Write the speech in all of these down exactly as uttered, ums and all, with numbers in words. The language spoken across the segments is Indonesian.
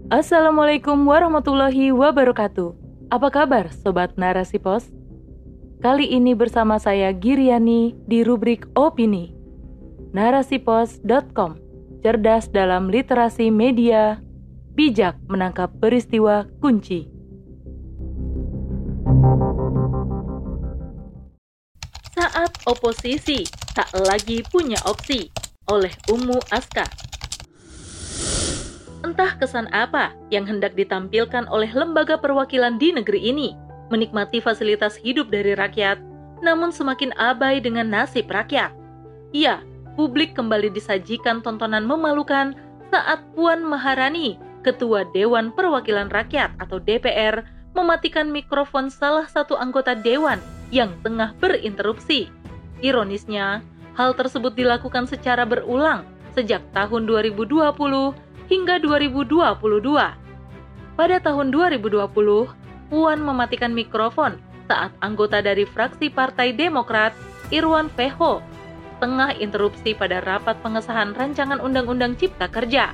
Assalamualaikum warahmatullahi wabarakatuh. Apa kabar Sobat Narasi Pos? Kali ini bersama saya Giriani di rubrik Opini. narasipos dot com, cerdas dalam literasi media, bijak menangkap peristiwa kunci. Saat oposisi tak lagi punya opsi, oleh Ummu Aska. Entah kesan apa yang hendak ditampilkan oleh lembaga perwakilan di negeri ini, menikmati fasilitas hidup dari rakyat, namun semakin abai dengan nasib rakyat. Ya, publik kembali disajikan tontonan memalukan saat Puan Maharani, Ketua Dewan Perwakilan Rakyat atau D P R, mematikan mikrofon salah satu anggota dewan yang tengah berinterupsi. Ironisnya, hal tersebut dilakukan secara berulang sejak tahun dua ribu dua puluh hingga dua ribu dua puluh dua. Pada tahun dua ribu dua puluh, Puan mematikan mikrofon saat anggota dari fraksi Partai Demokrat, Irwan Feho, tengah interupsi pada rapat pengesahan rancangan Undang-Undang Cipta Kerja.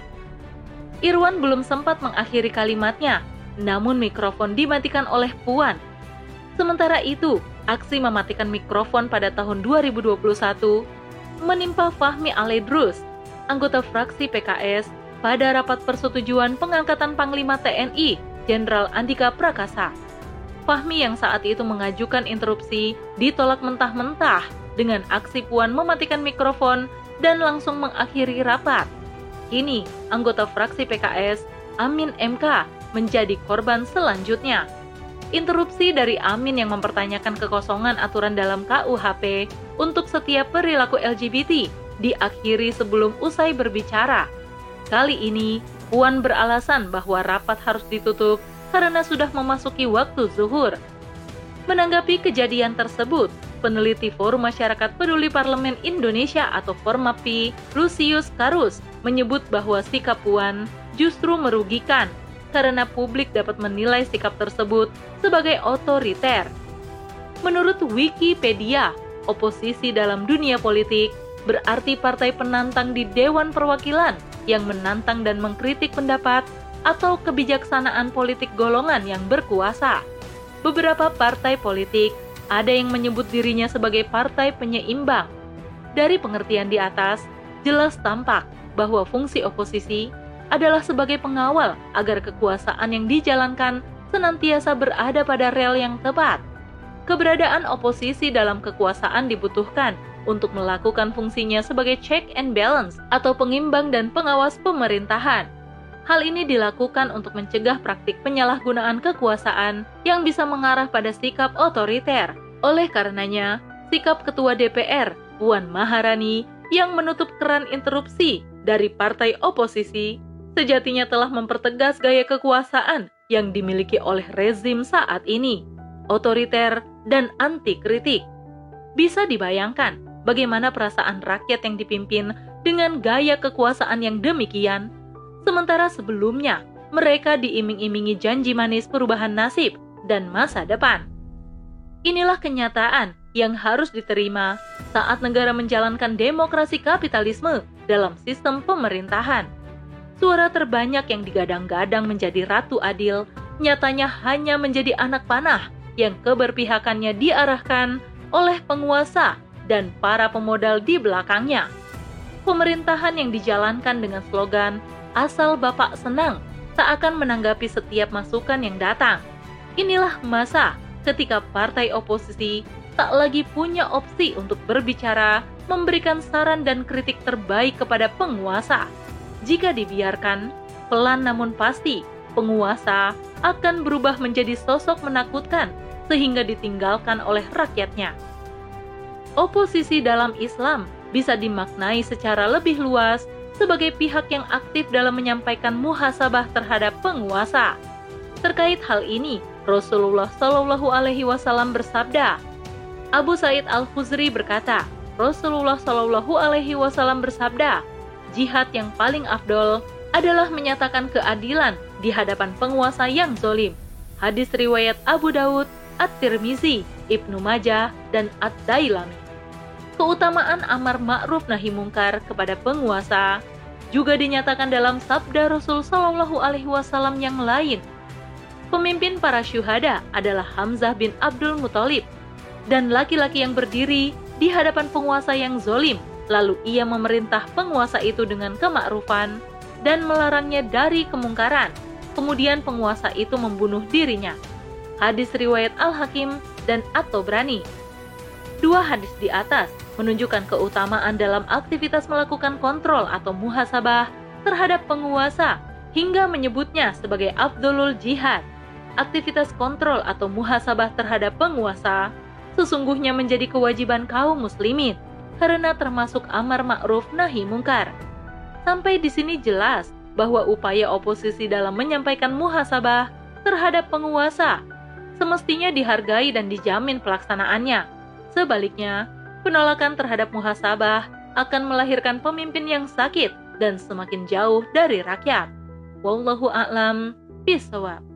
Irwan belum sempat mengakhiri kalimatnya, namun mikrofon dimatikan oleh Puan. Sementara itu, aksi mematikan mikrofon pada tahun dua ribu dua puluh satu menimpa Fahmi Alaidrus, anggota fraksi P K S, pada rapat persetujuan pengangkatan Panglima T N I, Jenderal Andika Prakasa. Fahmi yang saat itu mengajukan interupsi ditolak mentah-mentah dengan aksi Puan mematikan mikrofon dan langsung mengakhiri rapat. Kini, anggota fraksi P K S, Amin M K, menjadi korban selanjutnya. Interupsi dari Amin yang mempertanyakan kekosongan aturan dalam K U H P untuk setiap perilaku L G B T diakhiri sebelum usai berbicara. Kali ini, Puan beralasan bahwa rapat harus ditutup karena sudah memasuki waktu zuhur. Menanggapi kejadian tersebut, peneliti Forum Masyarakat Peduli Parlemen Indonesia atau Formapi, Lucius Karus, menyebut bahwa sikap Puan justru merugikan karena publik dapat menilai sikap tersebut sebagai otoriter. Menurut Wikipedia, oposisi dalam dunia politik berarti partai penantang di Dewan Perwakilan yang menantang dan mengkritik pendapat atau kebijaksanaan politik golongan yang berkuasa. Beberapa partai politik ada yang menyebut dirinya sebagai partai penyeimbang. Dari pengertian di atas, jelas tampak bahwa fungsi oposisi adalah sebagai pengawal agar kekuasaan yang dijalankan senantiasa berada pada rel yang tepat. Keberadaan oposisi dalam kekuasaan dibutuhkan untuk melakukan fungsinya sebagai check and balance atau pengimbang dan pengawas pemerintahan. Hal ini dilakukan untuk mencegah praktik penyalahgunaan kekuasaan yang bisa mengarah pada sikap otoriter. Oleh karenanya, sikap Ketua D P R, Puan Maharani, yang menutup keran interupsi dari partai oposisi, sejatinya telah mempertegas gaya kekuasaan yang dimiliki oleh rezim saat ini, otoriter dan anti kritik. Bisa dibayangkan bagaimana perasaan rakyat yang dipimpin dengan gaya kekuasaan yang demikian, sementara sebelumnya mereka diiming-imingi janji manis perubahan nasib dan masa depan. Inilah kenyataan yang harus diterima saat negara menjalankan demokrasi kapitalisme dalam sistem pemerintahan. Suara terbanyak yang digadang-gadang menjadi ratu adil, nyatanya hanya menjadi anak panah yang keberpihakannya diarahkan oleh penguasa dan para pemodal di belakangnya. Pemerintahan yang dijalankan dengan slogan "Asal Bapak senang" tak akan menanggapi setiap masukan yang datang. Inilah masa ketika partai oposisi tak lagi punya opsi untuk berbicara, memberikan saran dan kritik terbaik kepada penguasa. Jika dibiarkan, pelan namun pasti, penguasa akan berubah menjadi sosok menakutkan sehingga ditinggalkan oleh rakyatnya. Oposisi dalam Islam bisa dimaknai secara lebih luas sebagai pihak yang aktif dalam menyampaikan muhasabah terhadap penguasa. Terkait hal ini, Rasulullah Shallallahu Alaihi Wasallam bersabda. Abu Sa'id Al-Khudri berkata, Rasulullah Shallallahu Alaihi Wasallam bersabda, jihad yang paling afdol adalah menyatakan keadilan di hadapan penguasa yang zalim. Hadis riwayat Abu Daud, At-Tirmizi, Ibnu Majah, dan Ad-Dailami. Keutamaan amar ma'ruf nahi mungkar kepada penguasa juga dinyatakan dalam sabda Rasul Shallallahu Alaihi Wasallam yang lain. Pemimpin para syuhada adalah Hamzah bin Abdul Muthalib, dan laki-laki yang berdiri di hadapan penguasa yang zolim, lalu ia memerintah penguasa itu dengan kemakrufan dan melarangnya dari kemungkaran. Kemudian penguasa itu membunuh dirinya. Hadis riwayat Al-Hakim dan At-Tabrani. Dua hadis di atas menunjukkan keutamaan dalam aktivitas melakukan kontrol atau muhasabah terhadap penguasa hingga menyebutnya sebagai afdholul jihad. Aktivitas kontrol atau muhasabah terhadap penguasa sesungguhnya menjadi kewajiban kaum muslimin karena termasuk amar ma'ruf nahi mungkar. Sampai di sini jelas bahwa upaya oposisi dalam menyampaikan muhasabah terhadap penguasa semestinya dihargai dan dijamin pelaksanaannya. Sebaliknya, penolakan terhadap muhasabah akan melahirkan pemimpin yang sakit dan semakin jauh dari rakyat. Wallahu a'lam bishawab.